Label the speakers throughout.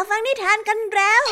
Speaker 1: ฟังนิทานกันแล้ว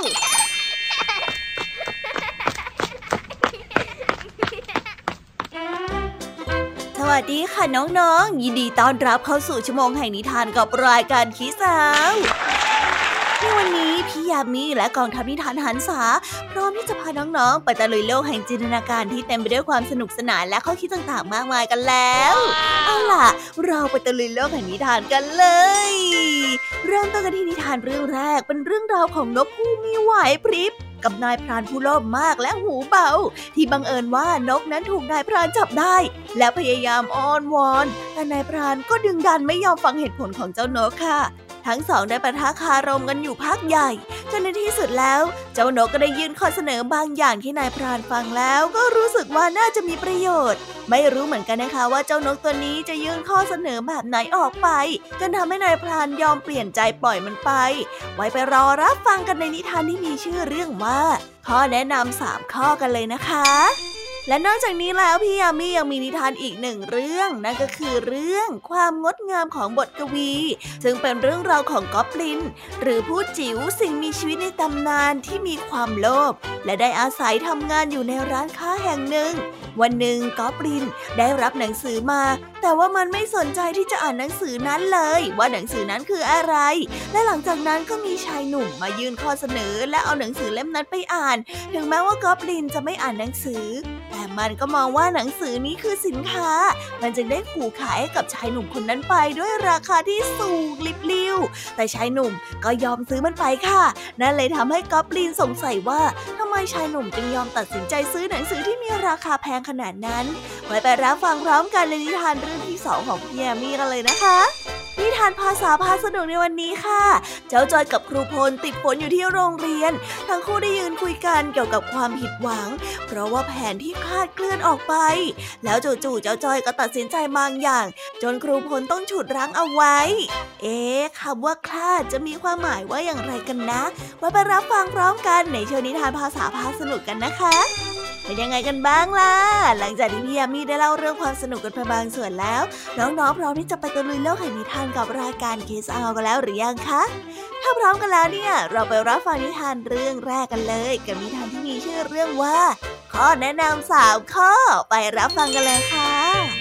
Speaker 1: สวัสดีค่ะน้องๆยินดีต้อนรับเข้าสู่ชั่วโมงแห่งนิทานกับรายการคิสาวในวันนี้พี่ยามีและกองทัพนิทานหันษาพร้อมที่จะพาน้องๆไปตะลุยโลกแห่งจินตนาการที่เต็มไปด้วยความสนุกสนานและข้อคิดต่างๆมากมายกันแล้วเอาล่ะเราไปตะลุยโลกแห่งนิทานกันเลยเริ่มต้นกันที่นิทานเรื่องแรกเป็นเรื่องราวของนกผู้มีไหวพริบกับนายพรานผู้โลภมากและหูเบาที่บังเอิญว่านกนั้นถูกนายพรานจับได้และพยายามอ้อนวอนแต่นายพรานก็ดึงดันไม่ยอมฟังเหตุผลของเจ้านกค่ะทั้งสองได้ปะทะคารมกันอยู่พักใหญ่จนในที่สุดแล้วเจ้านกก็ได้ยื่นข้อเสนอบางอย่างที่นายพรานฟังแล้วก็รู้สึกว่าน่าจะมีประโยชน์ไม่รู้เหมือนกันนะคะว่าเจ้านกตัวนี้จะยื่นข้อเสนอแบบไหนออกไปจนทำให้นายพรานยอมเปลี่ยนใจปล่อยมันไปไว้ไปรอรับฟังกันในนิทานที่มีชื่อเรื่องว่าข้อแนะนำ3ข้อกันเลยนะคะและนอกจากนี้แล้วพี่ยามียังมีนิทานอีกหนึ่งเรื่องนั่นก็คือเรื่องความงดงามของบทกวีซึ่งเป็นเรื่องราวของกอบลินหรือผู้จิ๋วสิ่งมีชีวิตในตำนานที่มีความโลภและได้อาศัยทำงานอยู่ในร้านค้าแห่งหนึ่งวันหนึ่งกอบลินได้รับหนังสือมาแต่ว่ามันไม่สนใจที่จะอ่านหนังสือนั้นเลยว่าหนังสือนั้นคืออะไรและหลังจากนั้นก็มีชายหนุ่มมายื่นข้อเสนอและเอาหนังสือเล่มนั้นไปอ่านถึงแม้ว่ากอบลินจะไม่อ่านหนังสือแต่มันก็มองว่าหนังสือนี้คือสินค้ามันจึงได้ขู่ขายให้กับชายหนุ่มคนนั้นไปด้วยราคาที่สูงลิบลิ่วแต่ชายหนุ่มก็ยอมซื้อมันไปค่ะนั่นเลยทำให้กอบลินสงสัยว่าทำไมชายหนุ่มจึงยอมตัดสินใจซื้อหนังสือที่มีราคาแพงขนาดนั้นไว้ไปรับฟังพร้อมกันในนิทานเรื่องที่2ของพี่แยมมี่กันเลยนะคะนิทานภาษาพาสนุกในวันนี้ค่ะเจ้าจอยกับครูพลติดฝนอยู่ที่โรงเรียนทั้งคู่ได้ยืนคุยกันเกี่ยวกับความผิดหวังเพราะว่าแผนที่คลาดเคลื่อนออกไปแล้วจู่ๆเจ้าจอยก็ตัดสินใจบางอย่างจนครูพลต้องฉุดรั้งเอาไว้คำว่าคลาดจะมีความหมายว่าอย่างไรกันนะไว้ไปรับฟังพร้อมกันในช่วงนิทานภาษาพาสนุกกันนะคะเป็นยังไงกันบ้างล่ะหลังจากที่พี่ยามีได้เล่าเรื่องความสนุกกันไปบางส่วนแล้วน้องๆพร้อมที่จะไปตะลุยโลกแห่งนิทานกับรายการคิสเอากันแล้วหรือยังคะถ้าพร้อมกันแล้วเนี่ยเราไปรับฟังนิทานเรื่องแรกกันเลยกับนิทานที่มีชื่อเรื่องว่าข้อแนะนำ3ข้อไปรับฟังกันเลยค่ะ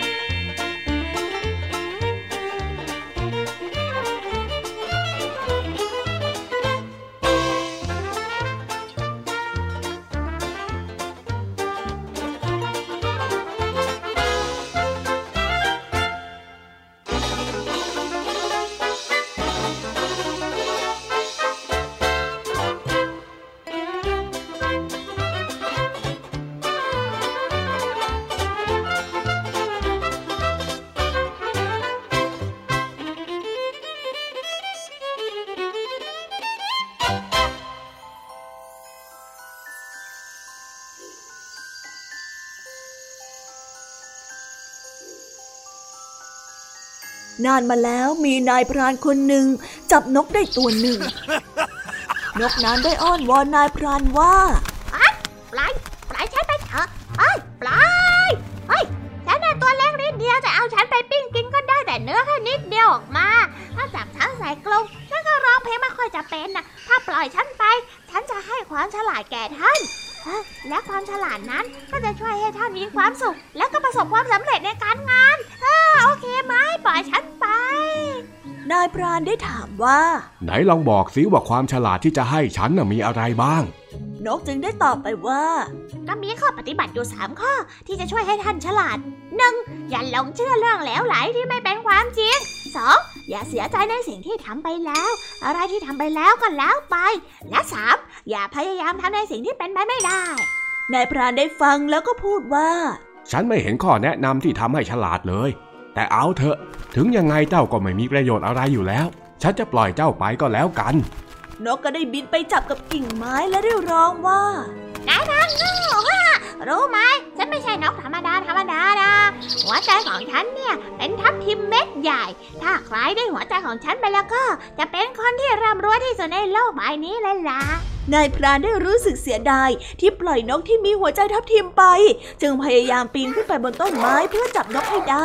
Speaker 1: นานมาแล้วมีนายพรานคนหนึ่งจับนกได้ตัวหนึ่ง นกนั้นได้อ้อนวอนนายพรานว่า
Speaker 2: ปล่อยฉันไปเถอะปล่อยฉันน่ะตัวเล็กนิดเดียวจะเอาฉันไปปิ้งกินก็ได้แต่เนื้อแค่นิดเดียวออกมาถ้าจับฉันใส่กรงฉันก็ร้องเพลงไม่ค่อยจะเป็นนะถ้าปล่อยฉันไปฉันจะให้ความฉลาดแก่ท่านและความฉลาดนั้นก็จะช่วยให้ท่านมีความสุขและก็ประสบความสำเร็จในการงานโอเคไหมปล่อยฉันไป
Speaker 1: นายพรานได้ถามว่า
Speaker 3: ไหนลองบอกสิว่าความฉลาดที่จะให้ฉันมีอะไรบ้าง
Speaker 1: นกจึงได้ตอบไปว่า
Speaker 2: ก็มีข้อปฏิบัติอยู่3ข้อที่จะช่วยให้ท่านฉลาด 1. อย่าหลงเชื่อเรื่องเหลวไหลที่ไม่เป็นความจริง 2. อย่าเสียใจในสิ่งที่ทำไปแล้วอะไรที่ทำไปแล้วก็แล้วไปและ 3. อย่าพยายามทำในสิ่งที่เป็นไปไม่ได้
Speaker 1: นายพรานได้ฟังแล้วก็พูดว่า
Speaker 3: ฉันไม่เห็นข้อแนะนำที่ทำให้ฉลาดเลยแต่เอาเถอะถึงยังไงเจ้าก็ไม่มีประโยชน์อะไรอยู่แล้วฉันจะปล่อยเจ้าไปก็แล้วกัน
Speaker 1: นกก็ได้บินไปจับกับกิ่งไม้และได้ร้องว่านาย
Speaker 2: พรานโง่รู้ไหมฉันไม่ใช่นกธรรมดานะหัวใจของฉันเนี่ยเป็นทับทิมเม็ดใหญ่ถ้าใครได้หัวใจของฉันไปแล้วก็จะเป็นคนที่ร่ำรวยที่สุดในโลกใบนี้เลยล่ะ
Speaker 1: นายพรานได้รู้สึกเสียดายที่ปล่อยนกที่มีหัวใจทับทิมไปจึงพยายามปีนขึ้นไปบนต้นไม้เพื่อจับนกให้ได้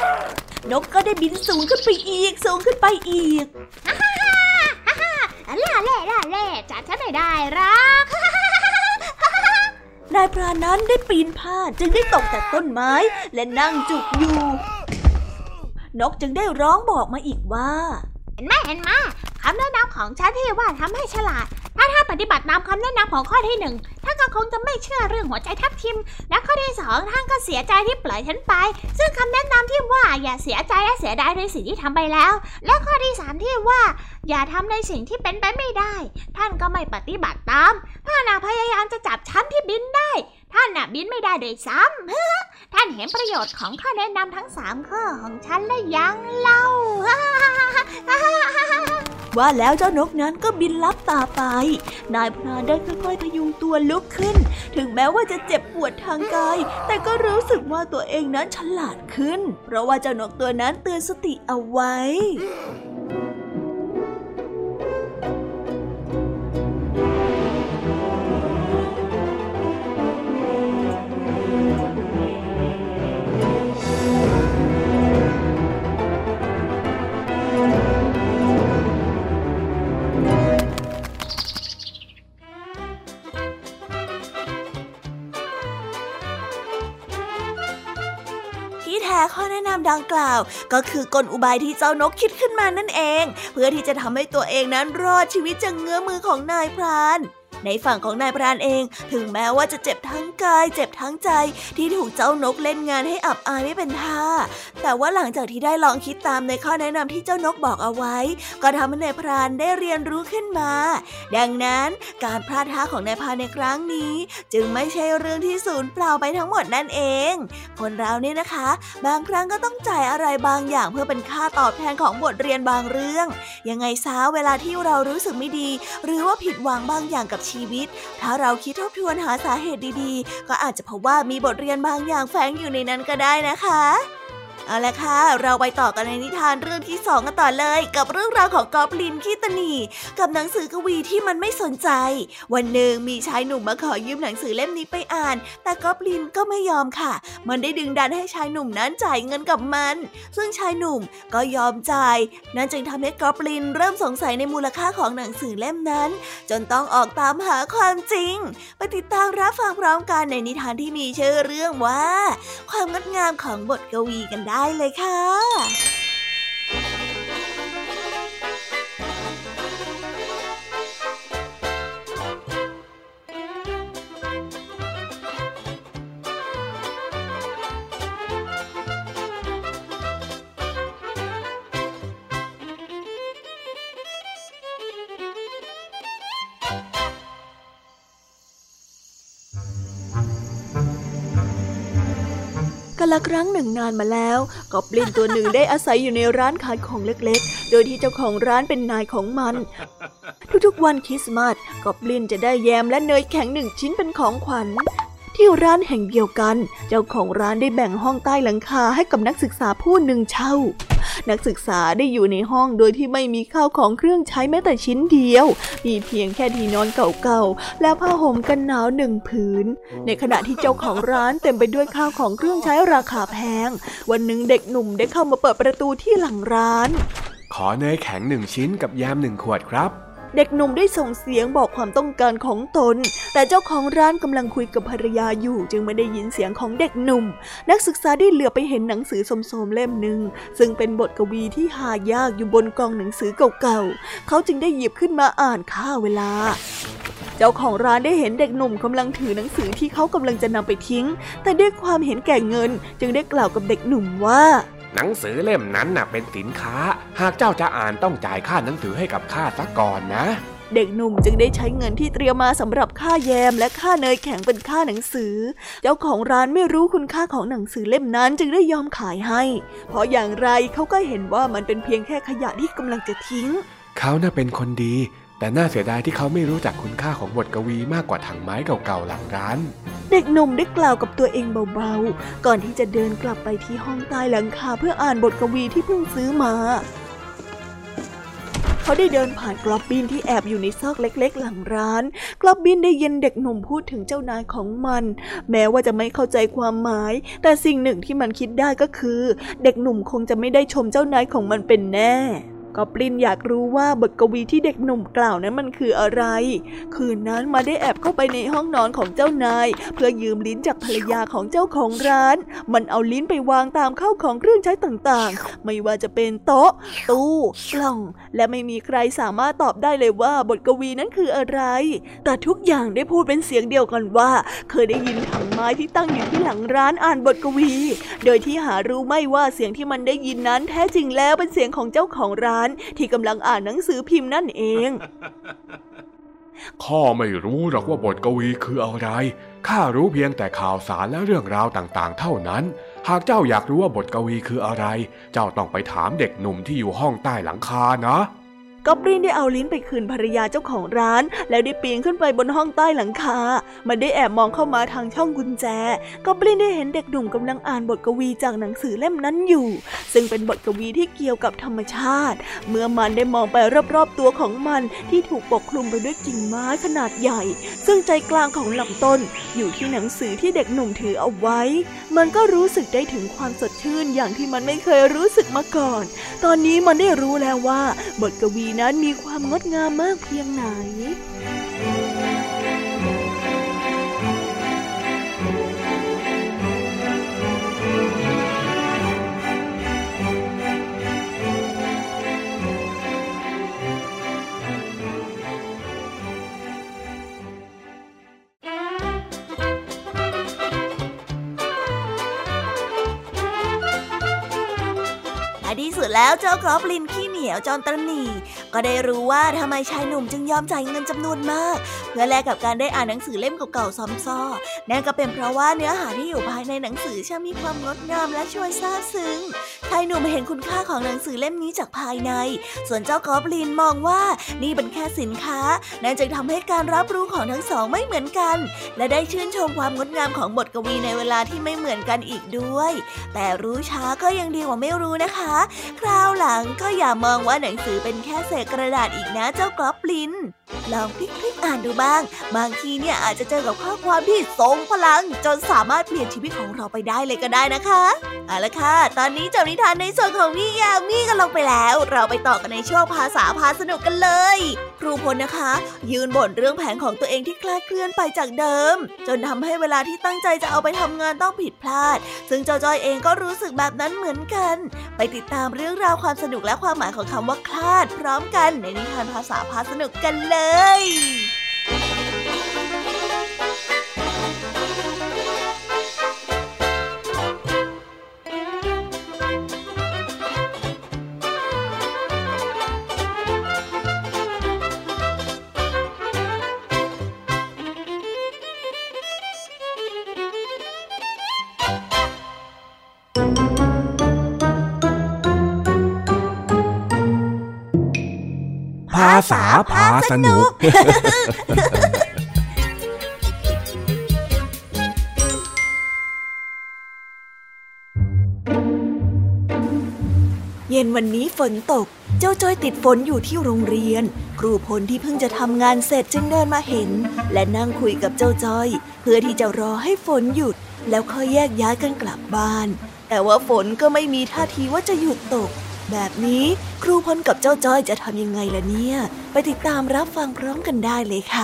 Speaker 1: นกก็ได้บินสูงขึ้นไปอีก
Speaker 2: ได้หรอก
Speaker 1: นายพรานนั้นได้ปีนผ้าจึงได้ตกจากต้นไม้และนั่งจุกอยู่นกจึงได้ร้องบอกมาอีกว่า
Speaker 2: เห็นไหมคำแนะนำของฉันที่ว่าทำให้ฉลาดถ้าท่านปฏิบัติตามคำแนะนำของข้อที่1ท่านก็คงจะไม่เชื่อเรื่องหัวใจทับทิมและข้อที่2ท่านก็เสียใจที่ปล่อยฉันไปซึ่งคำแนะนำที่ว่าอย่าเสียใจและเสียดายในสิ่งที่ทำไปแล้วและข้อที่3ที่ว่าอย่าทำในสิ่งที่เป็นไปไม่ได้ท่านก็ไม่ปฏิบัติตามท่านพยายามจะจับฉันที่บินได้ท่านบินไม่ได้โดยซ้ำ ท่านเห็นประโยชน์ของข้อแนะนำทั้ง3ข้อของฉันและยังเล่า
Speaker 1: ว่าแล้วเจ้านกนั้นก็บินลับตาไปนายพรานได้ค่อยๆพยุงตัวลุกขึ้นถึงแม้ว่าจะเจ็บปวดทางกายแต่ก็รู้สึกว่าตัวเองนั้นฉลาดขึ้นเพราะว่าเจ้านกตัวนั้นเตือนสติเอาไว้ข้อแนะนำดังกล่าวก็คือกลอุบายที่เจ้านกคิดขึ้นมานั่นเองเพื่อที่จะทำให้ตัวเองนั้นรอดชีวิตจากเงื้อมือของนายพรานในฝั่งของนายพรานเองถึงแม้ว่าจะเจ็บทั้งกายเจ็บทั้งใจที่ถูกเจ้านกเล่นงานให้อับอายไม่เป็นท่าแต่ว่าหลังจากที่ได้ลองคิดตามในข้อแนะนำที่เจ้านกบอกเอาไว้ก็ทำให้นายพรานได้เรียนรู้ขึ้นมาดังนั้นการพลาดท่าของนายพรานในครั้งนี้จึงไม่ใช่เรื่องที่สูญเปล่าไปทั้งหมดนั่นเองคนเราเนี่ยนะคะบางครั้งก็ต้องจ่ายอะไรบางอย่างเพื่อเป็นค่าตอบแทนของบทเรียนบางเรื่องยังไงซะเวลาที่เรารู้สึกไม่ดีหรือว่าผิดหวังบางอย่างกับชีวิตถ้าเราคิดทบทวนหาสาเหตุดีๆก็อาจจะพบว่ามีบทเรียนบางอย่างแฝงอยู่ในนั้นก็ได้นะคะเอาละค่ะเราไปต่อกันในนิทานเรื่องที่2กันต่อเลยกับเรื่องราวของกอบลินขี้ตะหนี่กับหนังสือกวีที่มันไม่สนใจวันหนึ่งมีชายหนุ่มมาขอยืมหนังสือเล่มนี้ไปอ่านแต่กอบลินก็ไม่ยอมค่ะมันได้ดึงดันให้ชายหนุ่มนั้นจ่ายเงินกับมันซึ่งชายหนุ่มก็ยอมจ่ายนั่นจึงทำให้กอบลินเริ่มสงสัยในมูลค่าของหนังสือเล่มนั้นจนต้องออกตามหาความจริงไปติดตามรับฟังพร้อมกันในนิทานที่มีชื่อเรื่องว่าความงดงามของบทกวีกันได้เลยค่ะ กาลครั้งหนึ่งนานมาแล้วกอบลินตัวหนึ่งได้อาศัยอยู่ในร้านขายของเล็กๆโดยที่เจ้าของร้านเป็นนายของมันทุกๆวันคริสต์มาสกอบลินจะได้แยมและเนยแข็ง1 ชิ้นเป็นของขวัญที่ร้านแห่งเดียวกันเจ้าของร้านได้แบ่งห้องใต้หลังคาให้กับนักศึกษาผู้หนึ่งเช่านักศึกษาได้อยู่ในห้องโดยที่ไม่มีข้าวของเครื่องใช้แม้แต่ชิ้นเดียวมีเพียงแค่ที่นอนเก่าๆและผ้าห่มกันหนาว1 ผืนในขณะที่เจ้าของร้านเต็มไปด้วยข้าวของเครื่องใช้ราคาแพงวันหนึ่งเด็กหนุ่มได้เข้ามาเปิดประตูที่หลังร้าน
Speaker 3: ขอเนยแข็ง1 ชิ้นกับแยม1 ขวดครับ
Speaker 1: เด็กหนุ่มได้ส่งเสียงบอกความต้องการของตนแต่เจ้าของร้านกำลังคุยกับภรรยาอยู่จึงไม่ได้ยินเสียงของเด็กหนุ่มนักศึกษาได้เหลือบไปเห็นหนังสือโสมๆเล่มหนึ่งซึ่งเป็นบทกวีที่หายากอยู่บนกองหนังสือเก่าๆเขาจึงได้หยิบขึ้นมาอ่านฆ่าเวลาเจ้าของร้านได้เห็นเด็กหนุ่มกำลังถือหนังสือที่เขากำลังจะนำไปทิ้งแต่ด้วยความเห็นแก่เงินจึงได้กล่าวกับเด็กหนุ่มว่า
Speaker 3: หนังสือเล่มนั้นน่ะเป็นสินค้าหากเจ้าจะอ่านต้องจ่ายค่าหนังสือให้กับข้าซะก่อนนะ
Speaker 1: เด็กหนุ่มจึงได้ใช้เงินที่เตรียมมาสำหรับค่าแยมและค่าเนยแข็งเป็นค่าหนังสือเจ้าของร้านไม่รู้คุณค่าของหนังสือเล่มนั้นจึงได้ยอมขายให้เพราะอย่างไรเขาก็เห็นว่ามันเป็นเพียงแค่ขยะที่กำลังจะทิ้ง
Speaker 3: เขาน่ะเป็นคนดีแต่น่าเสียดายที่เขาไม่รู้จักคุณค่าของบทกวีมากกว่าถังไม้เก่าๆหลังร้าน
Speaker 1: เด็กหนุ่มได้กล่าวกับตัวเองเบาๆก่อนที่จะเดินกลับไปที่ห้องใต้หลังคาเพื่ออ่านบทกวีที่เพิ่งซื้อมาเขาได้เดินผ่านกลอบบินที่แอบอยู่ในซอกเล็กๆหลังร้านกลอบบินได้ยินเด็กหนุ่มพูดถึงเจ้านายของมันแม้ว่าจะไม่เข้าใจความหมายแต่สิ่งหนึ่งที่มันคิดได้ก็คือเด็กหนุ่มคงจะไม่ได้ชมเจ้านายของมันเป็นแน่กอบลินอยากรู้ว่าบทกวีที่เด็กหนุ่มกล่าวนั้นมันคืออะไรคืนนั้นมันได้แอบเข้าไปในห้องนอนของเจ้านายเพื่อยืมลิ้นจากภรรยาของเจ้าของร้านมันเอาลิ้นไปวางตามเข้าของเครื่องใช้ต่างๆไม่ว่าจะเป็นโต๊ะตู้กล่องและไม่มีใครสามารถตอบได้เลยว่าบทกวีนั้นคืออะไรแต่ทุกอย่างได้พูดเป็นเสียงเดียวกันว่าเคยได้ยินถังไม้ที่ตั้งอยู่ที่หลังร้านอ่านบทกวีโดยที่หารู้ไม่ว่าเสียงที่มันได้ยินนั้นแท้จริงแล้วเป็นเสียงของเจ้าของร้านที่กำลังอ่านหนังสือพิมพ์นั่นเอง
Speaker 3: ข้าไม่รู้หรอกว่าบทกวีคืออะไรข้ารู้เพียงแต่ข่าวสารและเรื่องราวต่างๆเท่านั้นหากเจ้าอยากรู้ว่าบทกวีคืออะไรเจ้าต้องไปถามเด็กหนุ่มที่อยู่ห้องใต้หลังคานะ
Speaker 1: กอบลินได้เอาลิ้นไปคืนภรรยาเจ้าของร้านแล้วได้ปีนขึ้นไปบนห้องใต้หลังคามันได้แอบมองเข้ามาทางช่องกุญแจกอบลินได้เห็นเด็กหนุ่มกำลังอ่านบทกวีจากหนังสือเล่มนั้นอยู่ซึ่งเป็นบทกวีที่เกี่ยวกับธรรมชาติเมื่อมันได้มองไปรอบๆตัวของมันที่ถูกปกคลุมไปด้วยกิ่งไม้ขนาดใหญ่ซึ่งใจกลางของลำต้นอยู่ที่หนังสือที่เด็กหนุ่มถือเอาไว้มันก็รู้สึกได้ถึงความสดชื่นอย่างที่มันไม่เคยรู้สึกมาก่อนตอนนี้มันได้รู้แล้วว่าบทกวีนั้นมีความงดงามมากเพียงไหนที่สุดแล้วเจ้ากอบลินขี้เหนียวจอมตระหนี่ก็ได้รู้ว่าทำไมชายหนุ่มจึงยอมจ่ายเงินจำนวนมากเพื่อแลกกับการได้อ่านหนังสือเล่มเก่าๆซ้ำซ้อนั่นก็เป็นเพราะว่าเนื้อหาที่อยู่ภายในหนังสือช่างมีความงดงามและชวนซาบซึ้งชายหนุ่มเห็นคุณค่าของหนังสือเล่มนี้จากภายในส่วนเจ้ากอบลินมองว่านี่เป็นแค่สินค้านั่นจึงทำให้การรับรู้ของทั้งสองไม่เหมือนกันและได้ชื่นชมความงดงามของบทกวีในเวลาที่ไม่เหมือนกันอีกด้วยแต่รู้ช้าก็ยังดีกว่าไม่รู้นะคะคราวหลังก็อย่ามองว่าหนังสือเป็นแค่เศษกระดาษอีกนะเจ้ากอบลินลองพลิกๆอ่านดูบ้างบางทีเนี่ยอาจจะเจอกับข้อความที่ทรงพลังจนสามารถเปลี่ยนชีวิตของเราไปได้เลยก็ได้นะคะเอาละค่ะตอนนี้เจ้านิทานในส่วนของพี่ยามีก็ลงไปแล้วเราไปต่อกันในช่วงภาษาพาสนุกกันเลยครูพลนะคะยืนบ่นเรื่องแผนของตัวเองที่คลาดเคลื่อนไปจากเดิมจนทำให้เวลาที่ตั้งใจจะเอาไปทำงานต้องผิดพลาดซึ่งเจ้าจ้อยเองก็รู้สึกแบบนั้นเหมือนกันไปติดตามเรื่องราวความสนุกและความหมายของคำว่าคลาดพร้อมกันในนิทานภาษาพาสนุกกันเลย
Speaker 3: ภาษาพาสนุก
Speaker 1: เย็นวันนี้ฝนตกเจ้าจ้อยติดฝนอยู่ที่โรงเรียนครูพลที่เพิ่งจะทำงานเสร็จจึงเดินมาเห็นและนั่งคุยกับเจ้าจ้อยเพื่อที่จะรอให้ฝนหยุดแล้วค่อยแยกย้ายกันกลับบ้านแต่ว่าฝนก็ไม่มีท่าทีว่าจะหยุดตกแบบนี้ครูพลกับเจ้าจ้อยจะทำยังไงล่ะเนี่ยไปติดตามรับฟังพร้อมกันได้เลยค่ะ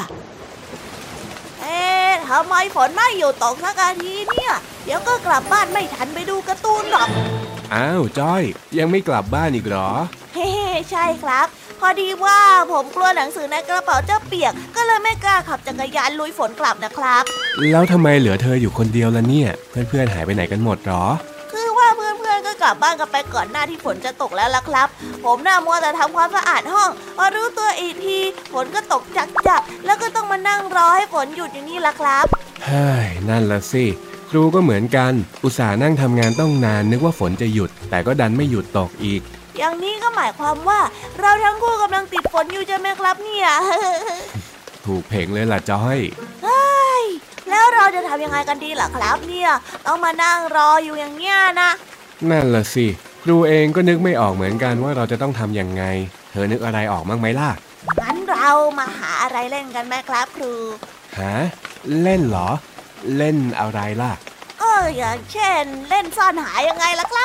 Speaker 2: ทำไมฝนไม่หยุดตกสักทีเนี่ยเดี๋ยวก็กลับบ้านไม่ทันไปดูการ์ตูนหรอก
Speaker 3: อ้าวจ้อยยังไม่กลับบ้านอีกเหรอ
Speaker 2: เฮ้ใช่ครับพอดีว่าผมกลัวหนังสือในกระเป๋าจะเปียกก็เลยไม่กล้าขับจักรยานลุยฝนกลับนะครับ
Speaker 3: แล้วทำไมเหลือเธออยู่คนเดียวล่ะเนี่ยเพื่อนๆหายไปไหนกันหมดหรอ
Speaker 2: คือว่าเพื่อนๆก็กลับบ้านกันไปก่อนหน้าที่ฝนจะตกแล้วล่ะครับผมน่ามัวแต่ทำความสะอาดห้องพอรู้ตัวอีกทีฝนก็ตกจักๆแล้วก็ต้องมานั่งรอให้ฝนหยุดอย่างนี้ล่ะครับ
Speaker 3: เฮ้ยนั่นละสิครูก็เหมือนกันอุตส่าห์นั่งทำงานต้องนานนึกว่าฝนจะหยุดแต่ก็ดันไม่หยุดตกอีก
Speaker 2: อย่างนี้ก็หมายความว่าเราทั้งคู่กำลังติดฝนอยู่ใช่ไหมครับเนี่ย
Speaker 3: ถูกเพ่งเลยล่ะจ้อย
Speaker 2: เฮ้ยแล้วเราจะทำยังไงกันดีล่ะครับเนี่ยต้องมานั่งรออยู่อย่างเงี้ยนะ
Speaker 3: นั่นละสิครูเองก็นึกไม่ออกเหมือนกันว่าเราจะต้องทำยังไงเธอนึกอะไรออกบ้างไหมล่ะ
Speaker 2: งั้นเรามาหาอะไรเล่นกันไหมครับครู
Speaker 3: หาเล่นเหรอเล่นอะไรล่ะ
Speaker 2: อย่างเช่นเล่นซ่อนหายังไงล่ะครับ
Speaker 3: โธ่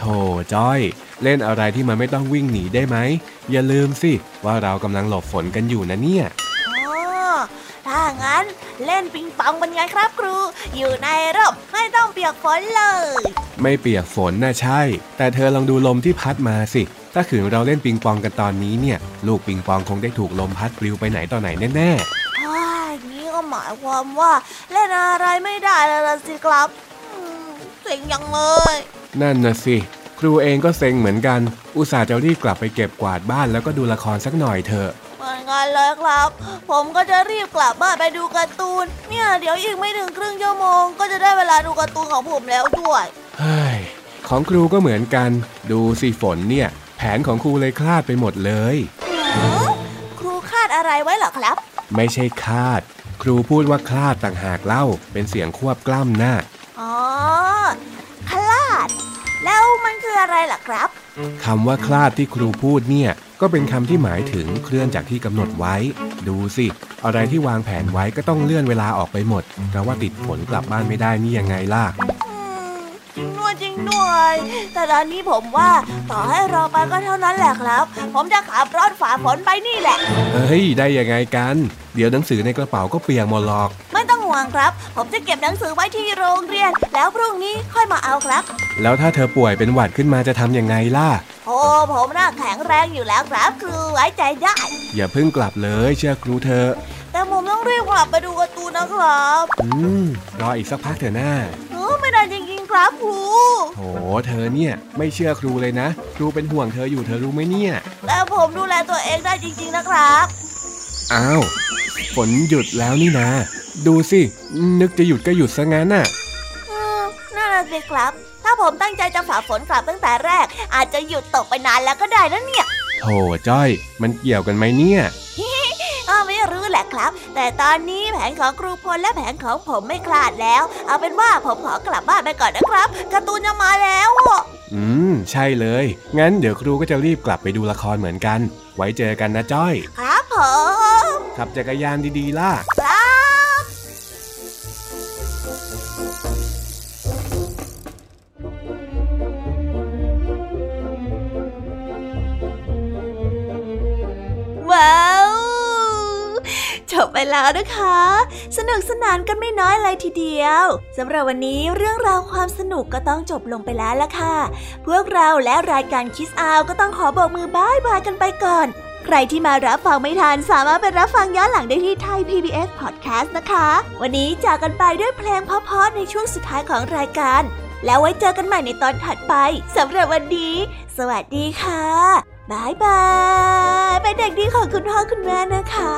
Speaker 3: จ้อยเล่นอะไรที่มันไม่ต้องวิ่งหนีได้ไหมอย่าลืมสิว่าเรากำลังหลบฝนกันอยู่นะเนี่ย
Speaker 1: ถ้างั้นเล่นปิงปองเป็นไงครับครูอยู่ในร่มไม่ต้องเปียกฝนเลย
Speaker 3: ไม่เปียกฝนน่ะใช่แต่เธอลองดูลมที่พัดมาสิถ้าขืนเราเล่นปิงปองกันตอนนี้เนี่ยลูกปิงปองคงได้ถูกลมพัดปลิวไปไหนต่อไหนแน่
Speaker 1: ๆนี้ก็หมายความว่าเล่นอะไรไม่ได้แล้วสิครับเซ็งยังเลย
Speaker 3: นั่นน่ะสิครูเองก็เซ็งเหมือนกันอุตส่าห์จะรีบกลับไปเก็บกวาดบ้านแล้วก็ดูละครสักหน่อยเถอะ
Speaker 1: เหมือนกันเลยครับผมก็จะรีบกลับบ้านไปดูการ์ตูนเนี่ยเดี๋ยวอีกไม่ถึงครึ่งชั่วโมงก็จะได้เวลาดูการ์ตูนของผมแล้วด้วย
Speaker 3: เฮ้ยของครูก็เหมือนกันดูสิฝนเนี่ยแผนของครูเลยคลาดไปหมดเลย
Speaker 1: ครูคาดอะไรไว้เหรอครับ
Speaker 3: ไม่ใช่คาดครูพูดว่าคลาดต่างหากเล่าเป็นเสียงควบกล้ำหน้า
Speaker 1: อ๋อคลาดแล้วมันคืออะไรล่ะครับ
Speaker 3: คำว่าคลาดที่ครูพูดเนี่ยก็เป็นคำที่หมายถึงเคลื่อนจากที่กำหนดไว้ดูสิอะไรที่วางแผนไว้ก็ต้องเลื่อนเวลาออกไปหมดเพราะว่าติดฝนกลับบ้านไม่ได้นี่ยังไงล่ะ
Speaker 1: จริงด้วยแต่ตอนนี้ผมว่าต่อให้รอไปก็เท่านั้นแหละครับผมจะขับรถฝ่าฝนไปนี่แหละ
Speaker 3: เฮ้ยได้ยังไงกันเดี๋ยวหนังสือในกระเป๋าก็เปียกหมดหรอก
Speaker 1: ไม่ต้องห่วงครับผมจะเก็บหนังสือไว้ที่โรงเรียนแล้วพรุ่งนี้ค่อยมาเอาครับ
Speaker 3: แล้วถ้าเธอป่วยเป็นหวัดขึ้นมาจะทำยังไงล่ะ
Speaker 1: โอ้ผมน่าแข็งแรงอยู่แล้วครับครูไว้ใจได้
Speaker 3: อย่าเพิ่งกลับเลยเชื่อครูเธอ
Speaker 1: แต่ผมต้องรีบกลับไปดูการ์ตูนนะครับ
Speaker 3: รออีกสักพักเถอะนะ
Speaker 1: ไม่ได้จริงๆครับครู
Speaker 3: โหเธอเนี่ยไม่เชื่อครูเลยนะครูเป็นห่วงเธออยู่เธอรู้ไหมเนี่ย
Speaker 1: แต่ผมดูแลตัวเองได้จริงๆนะครับ
Speaker 3: อ้าวฝนหยุดแล้วนี่นะดูสินึกจะหยุดก็หยุดซะงั้นน่ะ
Speaker 1: น่าสิครับถ้าผมตั้งใจจะฝ่าฝนกลับตั้งแต่แรกอาจจะหยุดตกไปนานแล้วก็ได้นะเนี่ย
Speaker 3: โธ่จ้อยมันเกี่ยวกันไหมเนี่ย
Speaker 1: ไม่รู้แหละครับแต่ตอนนี้แผนของครูพลและแผนของผมไม่คลาดแล้วเอาเป็นว่าผมขอกลับบ้านไปก่อนนะครับการ์ตูนจะมาแล้ว
Speaker 3: ใช่เลยงั้นเดี๋ยวครูก็จะรีบกลับไปดูละครเหมือนกันไว้เจอกันนะจ้อย
Speaker 1: ครับผม
Speaker 3: ขับจักรยานดีๆล่ะ
Speaker 1: ว้าวจบไปแล้วนะคะสนุกสนานกันไม่น้อยเลยทีเดียวสำหรับวันนี้เรื่องราวความสนุกก็ต้องจบลงไปแล้วล่ะค่ะพวกเราและรายการคิสอาวก็ต้องขอบอกมือบ๊ายบายกันไปก่อนใครที่มารับฟังไม่ทันสามารถไปรับฟังย้อนหลังได้ที่ Thai PBS Podcast นะคะวันนี้จากกันไปด้วยเพลงเพราะๆในช่วงสุดท้ายของรายการแล้วไว้เจอกันใหม่ในตอนถัดไปสำหรับวันนี้สวัสดีค่ะบายบายเป็นเด็กดีของคุณพ่อคุณแม่นะคะ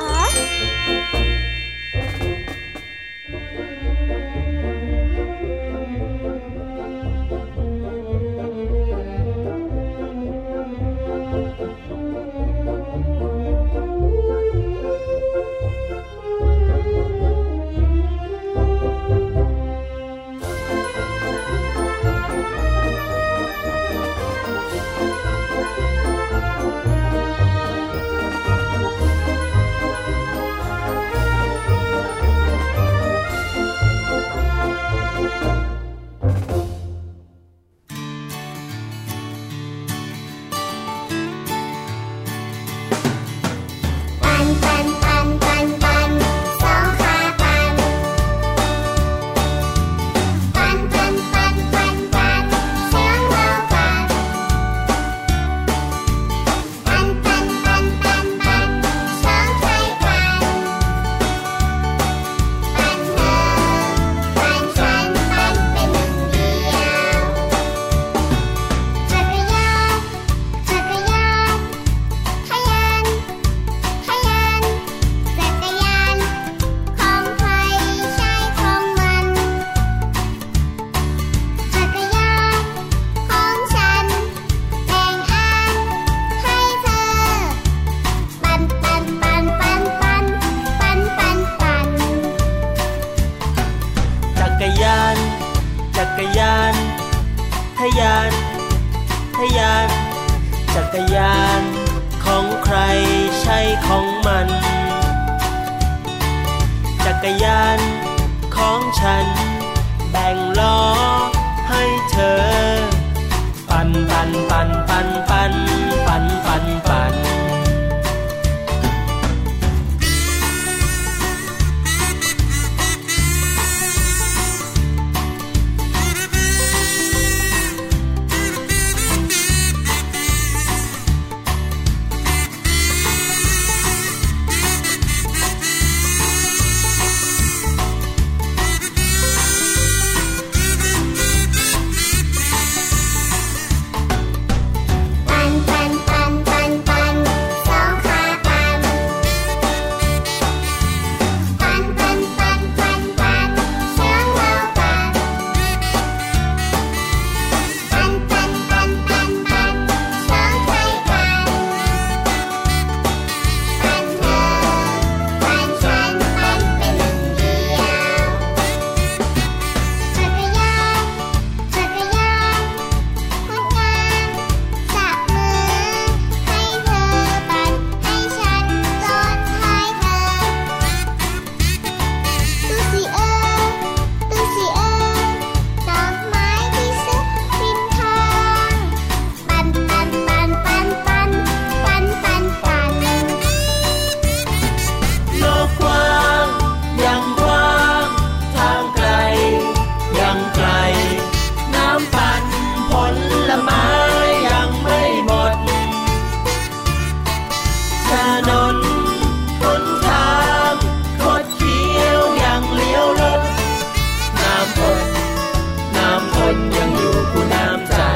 Speaker 4: ฉันแบ่งล้อให้เธอปั่นนนหนทางคดเคี้ยวยังเลี้ยวรถน้ำคนยังอยู่คู่น้ำใจ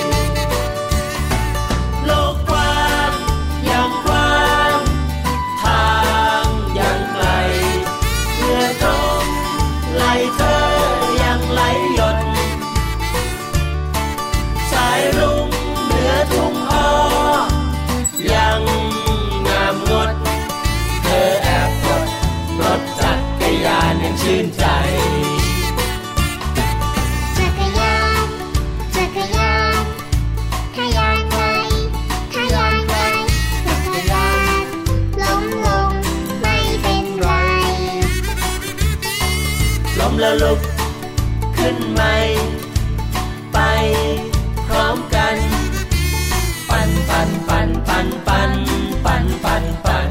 Speaker 4: โลกกว้างยังกว้างทางยังไกลเมื่อตรงไหลเธอยังไหลหยดสายรุ้งเหนือทุ่งอ้อยังงามงดเธอแอบกดรถจักรยานยังชื่นใจ
Speaker 2: ถ้ายางไงจักรยานล้มลงไม่เป็นไร
Speaker 4: ล้มแล้วลุกขึ้นใหม่ไปพร้อมกันปั่นปั่นปั่นปั่นปั่นปั่นปั่นปั่น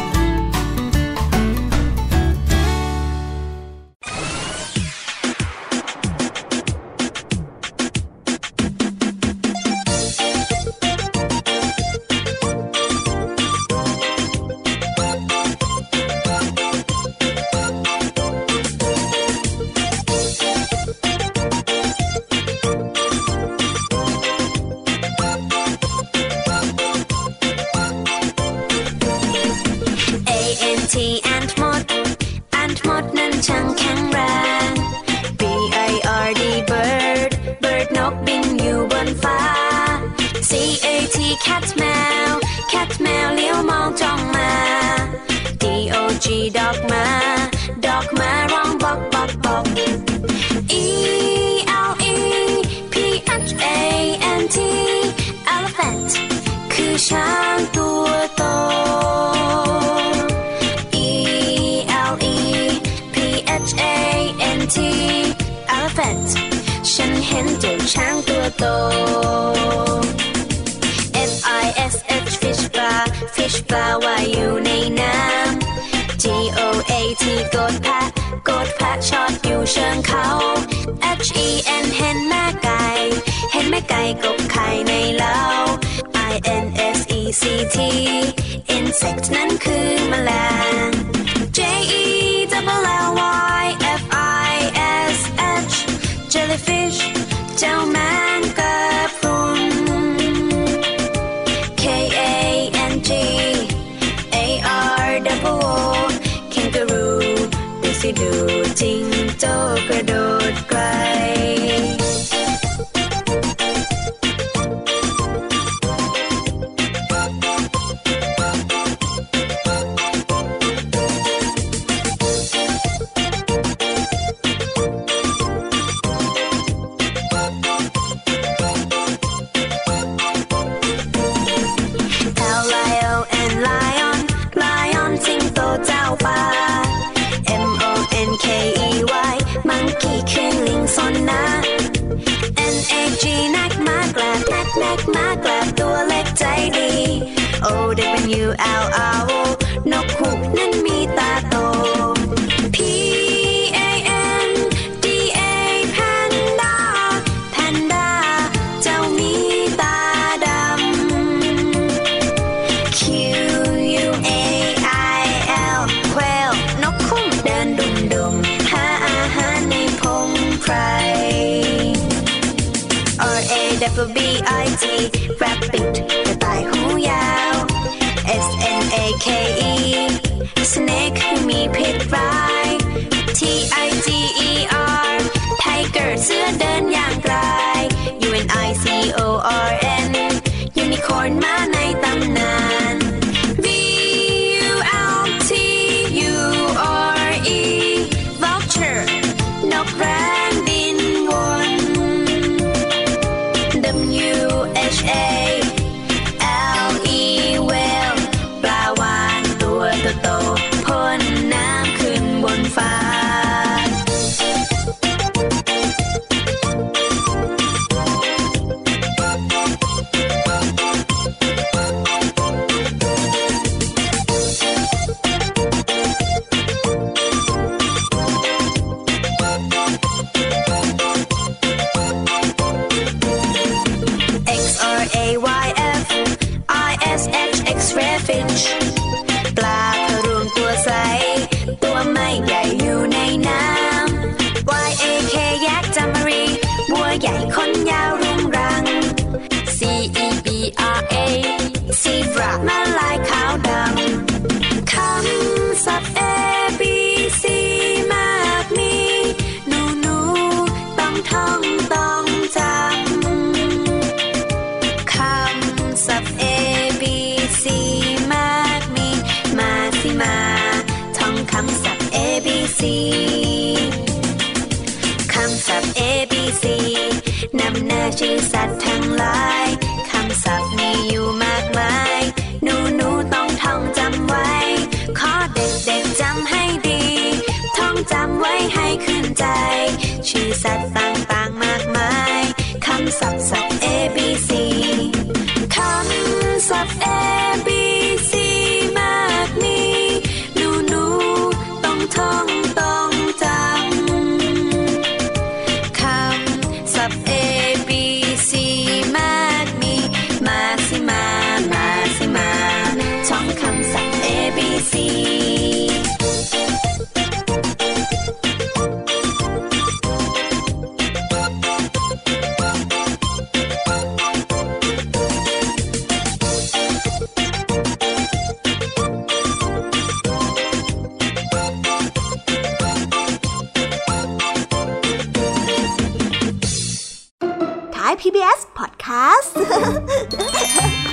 Speaker 5: cat แมวเลี้ยวมองจ้องมา DOG ดอกมาร้องบอกบอกบอก ELEPHANT elephant คือช้างตัวโต ELEPHANT elephant ฉันเห็นเจ้าช้างตัวโตfish ปลาว่ายอยู่ในน้ำ GOAT โกดแพะชอดอยู่เชิงเขา HEN เห็นแม่ไก่กบไข่ในเล้า INSECT insect นั้นคือแมลง JELLYFISH jellyfish เจ้าแมงกะพรุนkangaroo ดูสิดูจิงโจ้กระโดดไกลตัวเล็กใจดี OWLR นกฮูกนั้นมีตาโต PANDA Panda เจ้ามีตาดำ QUAIL Quail นกคุ้มเดินดุ่มหาอาหารในพงไพร RABBIT Rabbit กระต่ายหูยาว SNAKE Snake มีพิษร้าย TIGER Tiger เสือเดินอย่างไกล UNICORN Unicorn ม้าในตำนาน VULTURE Vulture นกแร้งบินวนWHALE Whale ปลาวาฬตัวโตๆพ่นน้ำขึ้นบนฟ้า C คำศัพท์ A B C นำหน้าชื่อสัตว์ทั้งหลายคำศัพท์มีอยู่มากมายหนูต้องท่องจำไว้ขอเด็กๆจำให้ดีท่องจำไว้ให้ขึ้นใจชื่อสัตว์ต่างๆมากมายคำศัพท์ A B C คำศัพท์ A B C มากมีหนูต้องท่องต้องจำคำศัพท์ A B C มากมีมาสิมาท่องคำศัพท์ A B C
Speaker 1: PBS Podcast